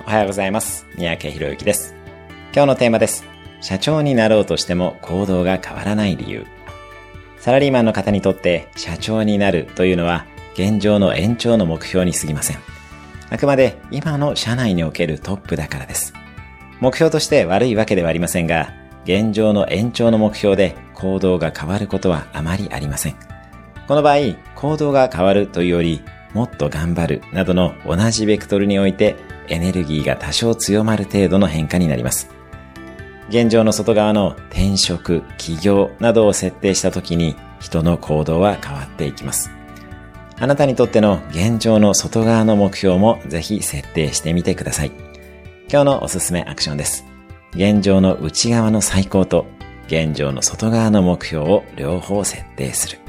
おはようございます。三宅宏之です。今日のテーマです。社長になろうとしても行動が変わらない理由。サラリーマンの方にとって社長になるというのは現状の延長の目標に過ぎません。あくまで今の社内におけるトップだからです。目標として悪いわけではありませんが、現状の延長の目標で行動が変わることはあまりありません。この場合、行動が変わるというより、もっと頑張るなどの同じベクトルにおいてエネルギーが多少強まる程度の変化になります。現状の外側の転職、起業などを設定したときに人の行動は変わっていきます。あなたにとっての現状の外側の目標もぜひ設定してみてください。今日のおすすめアクションです。現状の内側の最高と現状の外側の目標を両方設定する。